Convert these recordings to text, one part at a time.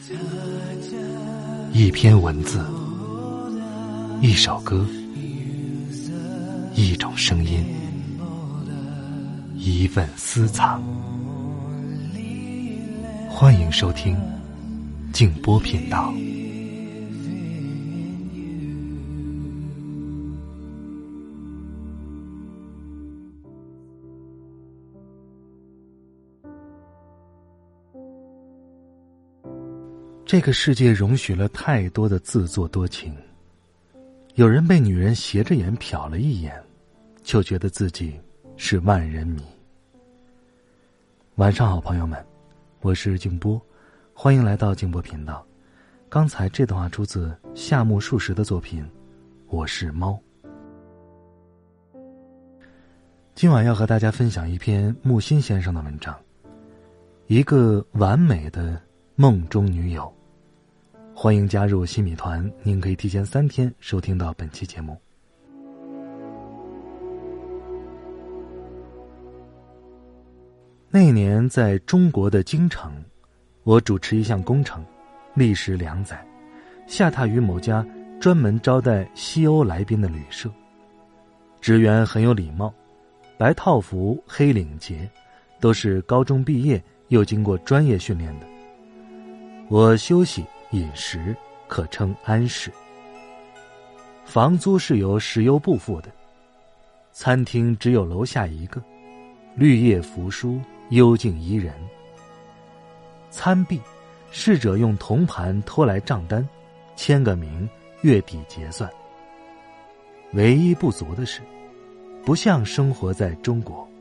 一篇文字，一首歌，一种声音，一份私藏。欢迎收听静波频道。这个世界容许了太多的自作多情，有人被女人斜着眼瞟了一眼，就觉得自己是万人迷。晚上好，朋友们，我是静波，欢迎来到静波频道。刚才这段话出自夏目漱石的作品《我是猫》。今晚要和大家分享一篇木心先生的文章，一个完美的梦中女友。欢迎加入新米团，您可以提前3天收听到本期节目。那年在中国的京城，我主持一项工程，历时2载，下榻于某家专门招待西欧来宾的旅社。职员很有礼貌，白套服黑领结，都是高中毕业又经过专业训练的。我休息饮食可称安适，房租是由石油部付的，餐厅只有楼下一个，绿叶扶疏，幽静宜人。餐毕，侍者用铜盘拖来账单，签个名，月底结算。唯一不足的是，不像生活在中国。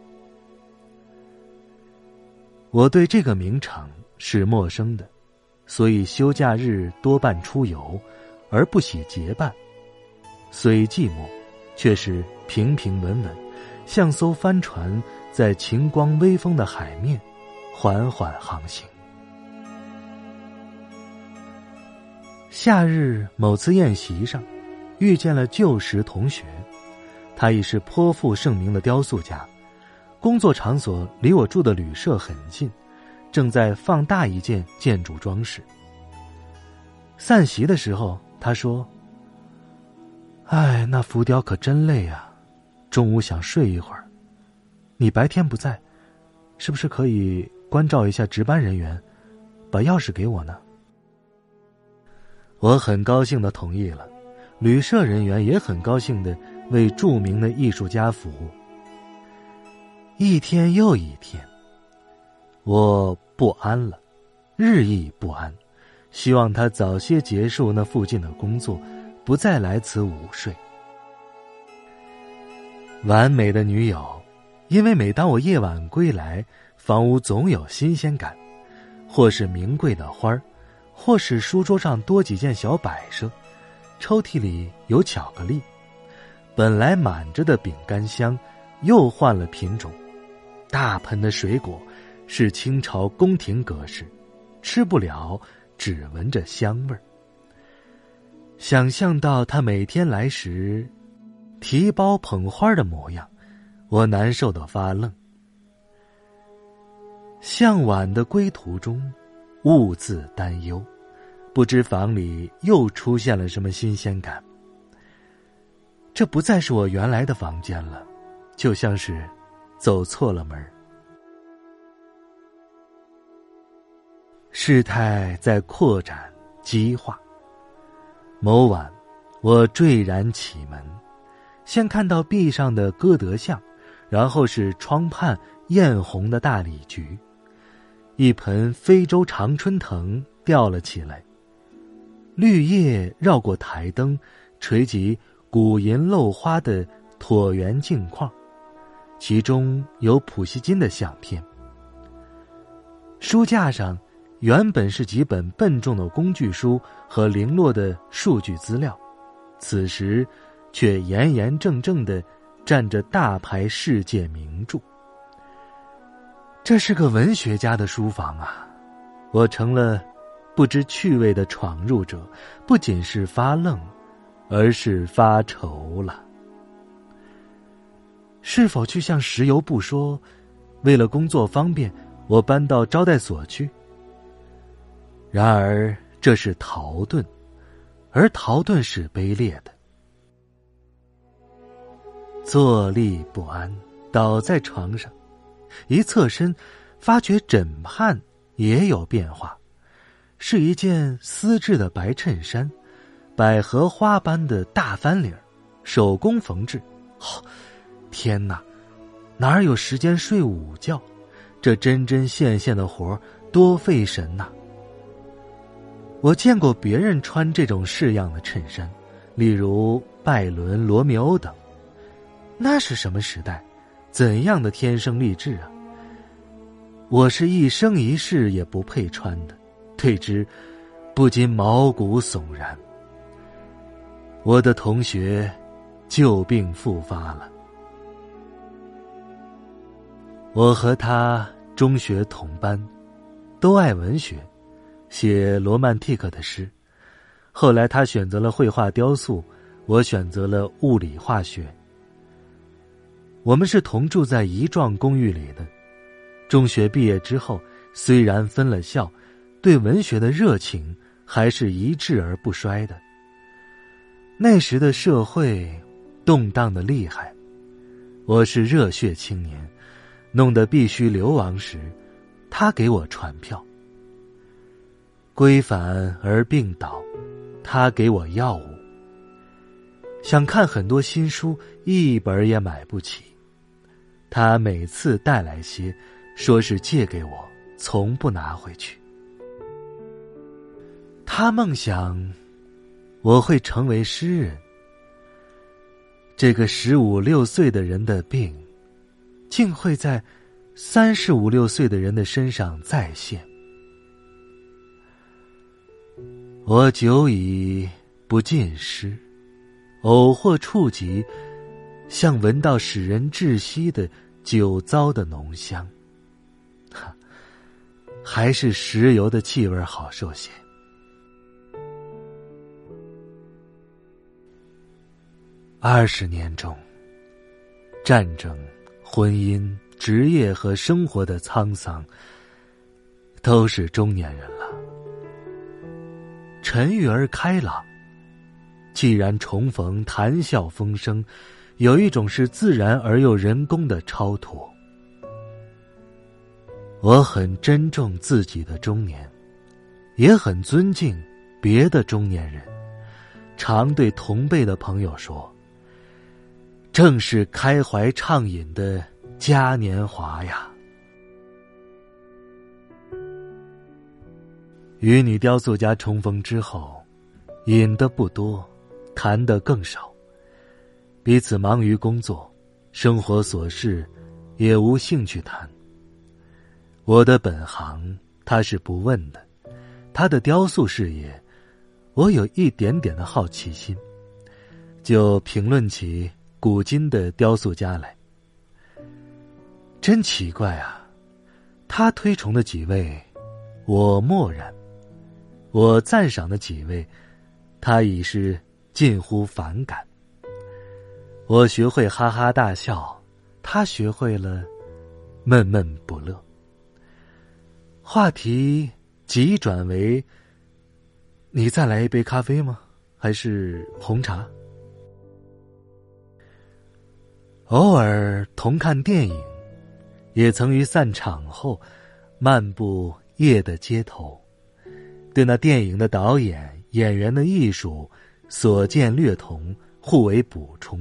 我对这个名城是陌生的，所以休假日多半出游，而不喜结伴。虽寂寞，却是平平稳稳，像艘帆船在晴光微风的海面缓缓航行。夏日某次宴席上，遇见了旧时同学，他已是颇负盛名的雕塑家，工作场所离我住的旅社很近，正在放大一件建筑装饰。散席的时候，他说：“哎，那浮雕可真累啊，中午想睡一会儿。你白天不在，是不是可以关照一下值班人员，把钥匙给我呢？”我很高兴地同意了，旅社人员也很高兴地为著名的艺术家服务。一天又一天，我不安了，日益不安，希望他早些结束那附近的工作，不再来此午睡。完美的女友，因为每当我夜晚归来，房屋总有新鲜感，或是名贵的花儿，或是书桌上多几件小摆设，抽屉里有巧克力，本来满着的饼干箱又换了品种，大盆的水果是清朝宫廷格式，吃不了，只闻着香味儿。想象到他每天来时提包捧花的模样，我难受得发愣。向晚的归途中，兀自担忧，不知房里又出现了什么新鲜感。这不再是我原来的房间了，就像是走错了门。事态在扩展激化。某晚，我坠然启门，先看到壁上的歌德像，然后是窗畔艳红的大理菊，一盆非洲常春藤掉了起来，绿叶绕过台灯，垂及古银镂花的椭圆镜框，其中有普希金的相片。书架上原本是几本笨重的工具书和零落的数据资料，此时却严严正正地站着大牌世界名著。这是个文学家的书房啊！我成了不知趣味的闯入者，不仅是发愣，而是发愁了。是否去向石油部说，为了工作方便，我搬到招待所去？ 然而这是陶盾，而陶盾是卑劣的。坐立不安，倒在床上，一侧身，发觉枕畔也有变化，是一件丝质的白衬衫，百合花般的大翻领，手工缝制。天哪，哪有时间睡午觉？这针针线线的活多费神呐！我见过别人穿这种式样的衬衫，例如拜伦、罗密欧等。那是什么时代？怎样的天生丽质啊！我是一生一世也不配穿的，对之不禁毛骨悚然。我的同学旧病复发了。我和他中学同班，都爱文学，写罗曼蒂克的诗。后来他选择了绘画雕塑，我选择了物理化学。我们是同住在一幢公寓里的。中学毕业之后，虽然分了校，对文学的热情还是一滞而不衰的。那时的社会动荡的厉害，我是热血青年，弄得必须流亡时，他给我传票。归返而病倒，他给我药物。想看很多新书，一本也买不起。他每次带来些，说是借给我，从不拿回去。他梦想我会成为诗人。这个15、16岁的人的病，竟会在35、36岁的人的身上再现。我久已不尽诗，偶或触及，像闻到使人窒息的酒糟的浓香。还是石油的气味好受些。20年中，战争、婚姻、职业和生活的沧桑，都是中年人了。沉郁而开朗，既然重逢，谈笑风生，有一种是自然而又人工的超脱。我很珍重自己的中年，也很尊敬别的中年人，常对同辈的朋友说，正是开怀畅饮的嘉年华呀。与女雕塑家重逢之后，饮得不多，谈得更少，彼此忙于工作，生活琐事也无兴趣谈。我的本行他是不问的，他的雕塑事业我有一点点的好奇心，就评论起古今的雕塑家来。真奇怪啊，他推崇的几位我默然，我赞赏的几位他已是近乎反感。我学会哈哈大笑，他学会了闷闷不乐。话题急转为，你再来一杯咖啡吗？还是红茶？偶尔同看电影，也曾于散场后漫步夜的街头，对那电影的导演、演员的艺术所见略同，互为补充。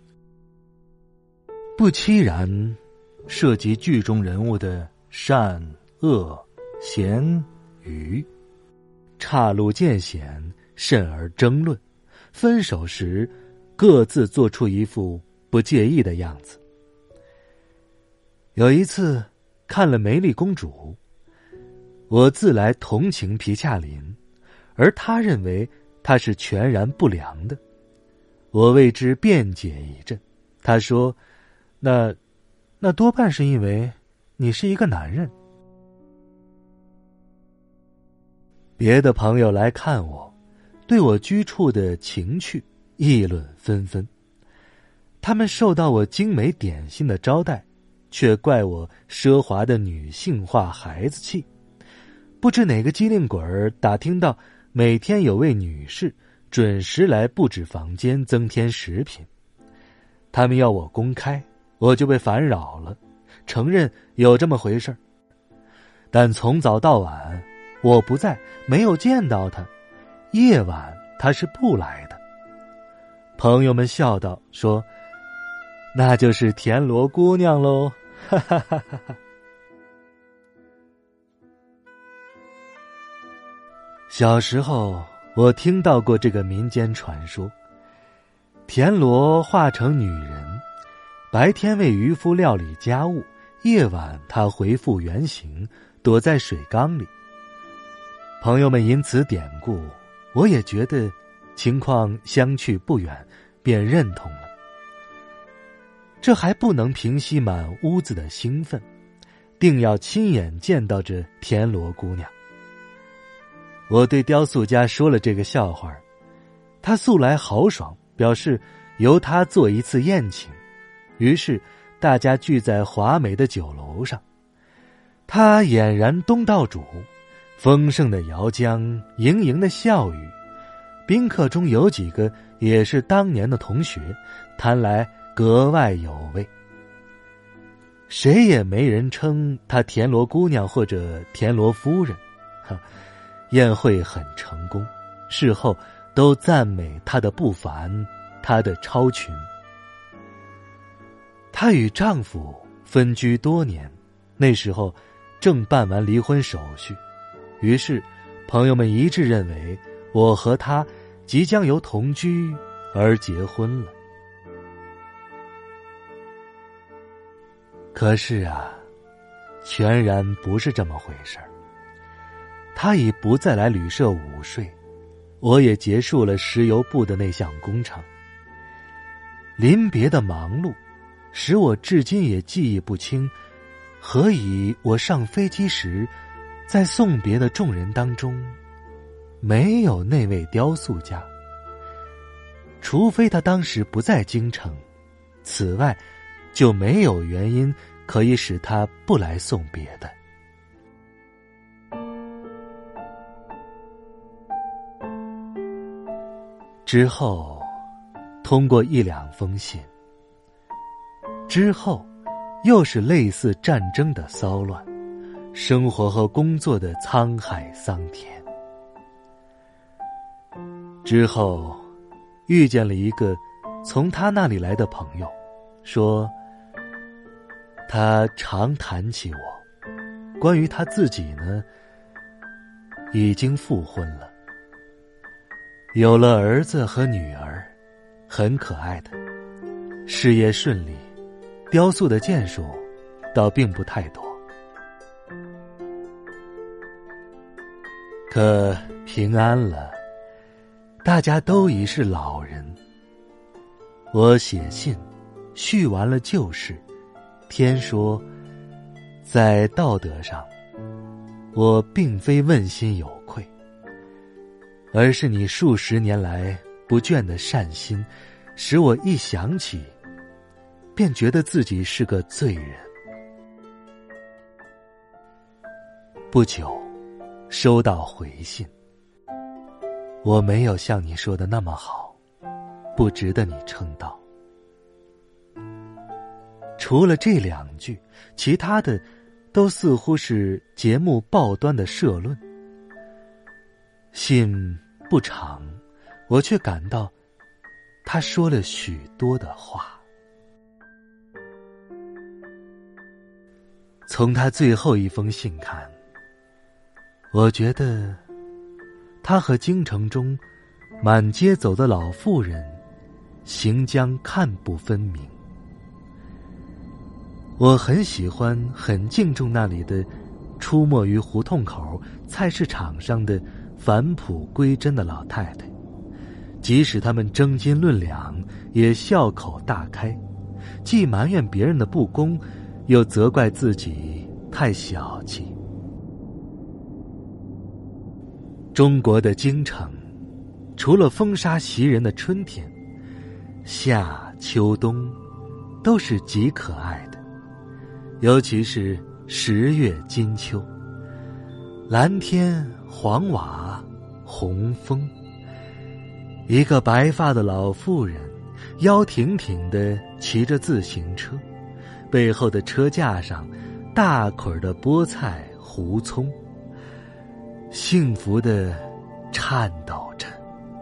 不期然涉及剧中人物的善恶贤愚，岔路见险，甚而争论，分手时各自做出一副不介意的样子。有一次看了《梅丽公主》，我自来同情皮恰林，而他认为他是全然不良的。我为之辩解一阵，他说那多半是因为你是一个男人。别的朋友来看我，对我居处的情趣议论纷纷。他们受到我精美点心的招待，却怪我奢华的女性化孩子气， 不知哪个机灵鬼儿打听到每天有位女士准时来布置房间增添食品，他们要我公开，我就被烦扰了，承认有这么回事。但从早到晚我不在，没有见到她，夜晚她是不来的。朋友们笑道，说那就是田螺姑娘喽，哈哈哈哈哈。小时候我听到过这个民间传说，田螺化成女人，白天为渔夫料理家务，夜晚她恢复原形，躲在水缸里。朋友们因此典故，我也觉得情况相去不远，便认同了。这还不能平息满屋子的兴奋，定要亲眼见到这田螺姑娘。我对雕塑家说了这个笑话，他素来豪爽，表示由他做一次宴请。于是大家聚在华美的酒楼上，他俨然东道主，丰盛的肴浆，盈盈的笑语。宾客中有几个也是当年的同学，谈来格外有味。谁也没人称她田螺姑娘或者田螺夫人，宴会很成功，事后都赞美她的不凡，她的超群。她与丈夫分居多年，那时候正办完离婚手续，于是朋友们一致认为我和她即将由同居而结婚了。可是啊，全然不是这么回事儿。他已不再来旅社午睡，我也结束了石油部的那项工程。临别的忙碌使我至今也记忆不清，何以我上飞机时在送别的众人当中没有那位雕塑家。除非他当时不在京城，此外就没有原因可以使他不来送别的。之后通过一两封信，之后又是类似战争的骚乱，生活和工作的沧海桑田。之后遇见了一个从他那里来的朋友，说他常谈起我，关于他自己呢，已经复婚了，有了儿子和女儿，很可爱的，事业顺利，雕塑的件数倒并不太多。可平安了，大家都已是老人。我写信叙完了旧事，天说在道德上我并非问心有愧，而是你数十年来不倦的善心，使我一想起便觉得自己是个罪人。不久收到回信，我没有像你说的那么好，不值得你称道。除了这两句，其他的都似乎是节目报端的社论。信不长，我却感到他说了许多的话。从他最后一封信看，我觉得他和京城中满街走的老妇人行将看不分明。我很喜欢很敬重那里的出没于胡同口菜市场上的返璞归真的老太太，即使他们争斤论两，也笑口大开，既埋怨别人的不公，又责怪自己太小气。中国的京城，除了风沙袭人的春天，夏秋冬都是极可爱的，尤其是10月金秋， 蓝天黄瓦红枫，一个白发的老妇人腰挺挺地骑着自行车，背后的车架上大捆的菠菜胡葱，幸福地颤抖着。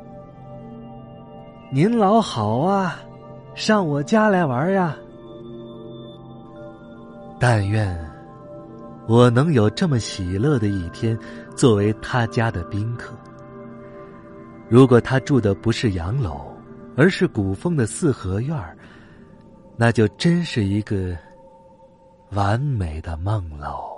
您老好啊，上我家来玩呀。但愿我能有这么喜乐的一天，作为他家的宾客。如果他住的不是洋楼，而是古风的四合院，那就真是一个完美的梦喽。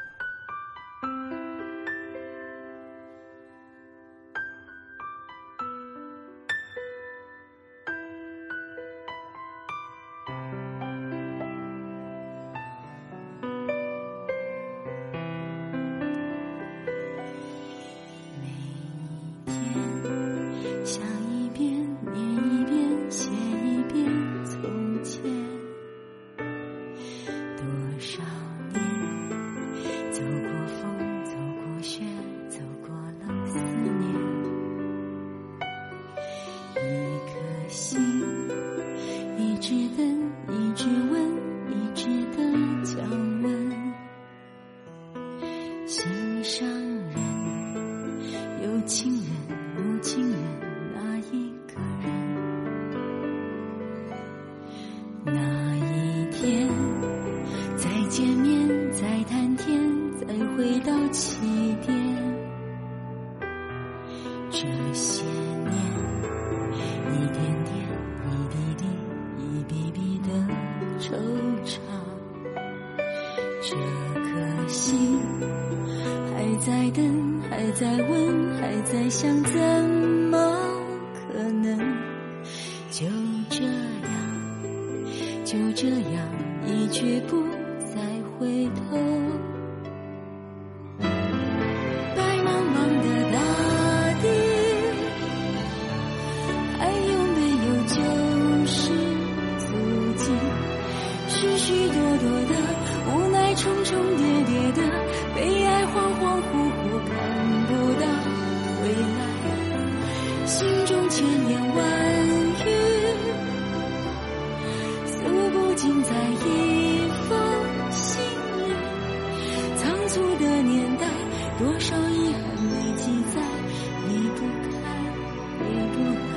想一遍，念一遍，写一遍从前。多少年，走过风，走过雪，走过了思念。一颗心，一直等，一直问，一直的降温。心上人，有情人，无情人。那一个人，那一天，再见面，再谈天，再回到起点。这些年，一点点，一滴滴，一笔笔的惆怅。这颗心还在等，还在问，还在想，怎么可能就这样，就这样一去不再回头。白茫茫的大地，还有没有旧时足迹？许许多多的无奈，重重叠叠的悲哀，恍恍惚惚看不到未来。心中千言万语，诉不尽在一封信里。仓促的年代，多少遗憾没记载，离不开，回不来。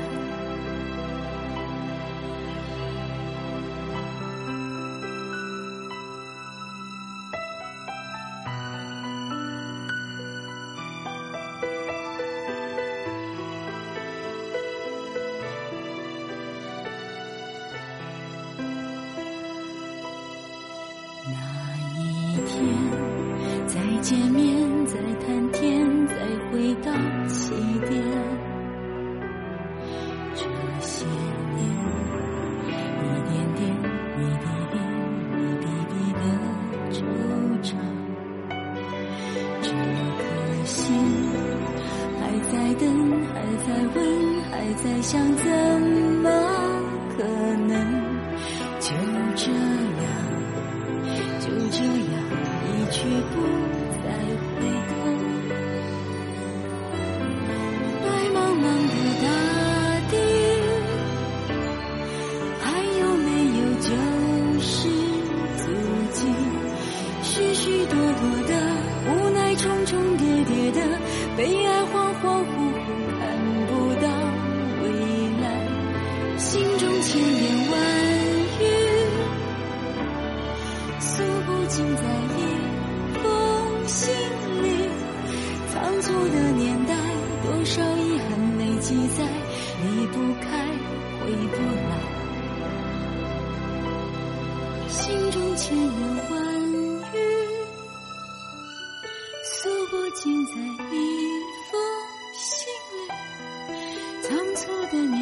那一天，再见面，再谈天，再回到起点。这些年，一点点，一滴滴，一笔笔的惆怅。这颗心还在等，还在问，还在想，怎么可能就这样，就这样一去不再回头。白茫茫的大地，还有没有旧时足迹？许许多多的无奈，重重叠叠的悲哀，恍恍惚惚看不到未来。心中千言万语，诉不尽在一封信里。仓促的年代，多少遗憾没记载，离不开，回不来。心中千言万语，诉不尽在一封信里。仓促的年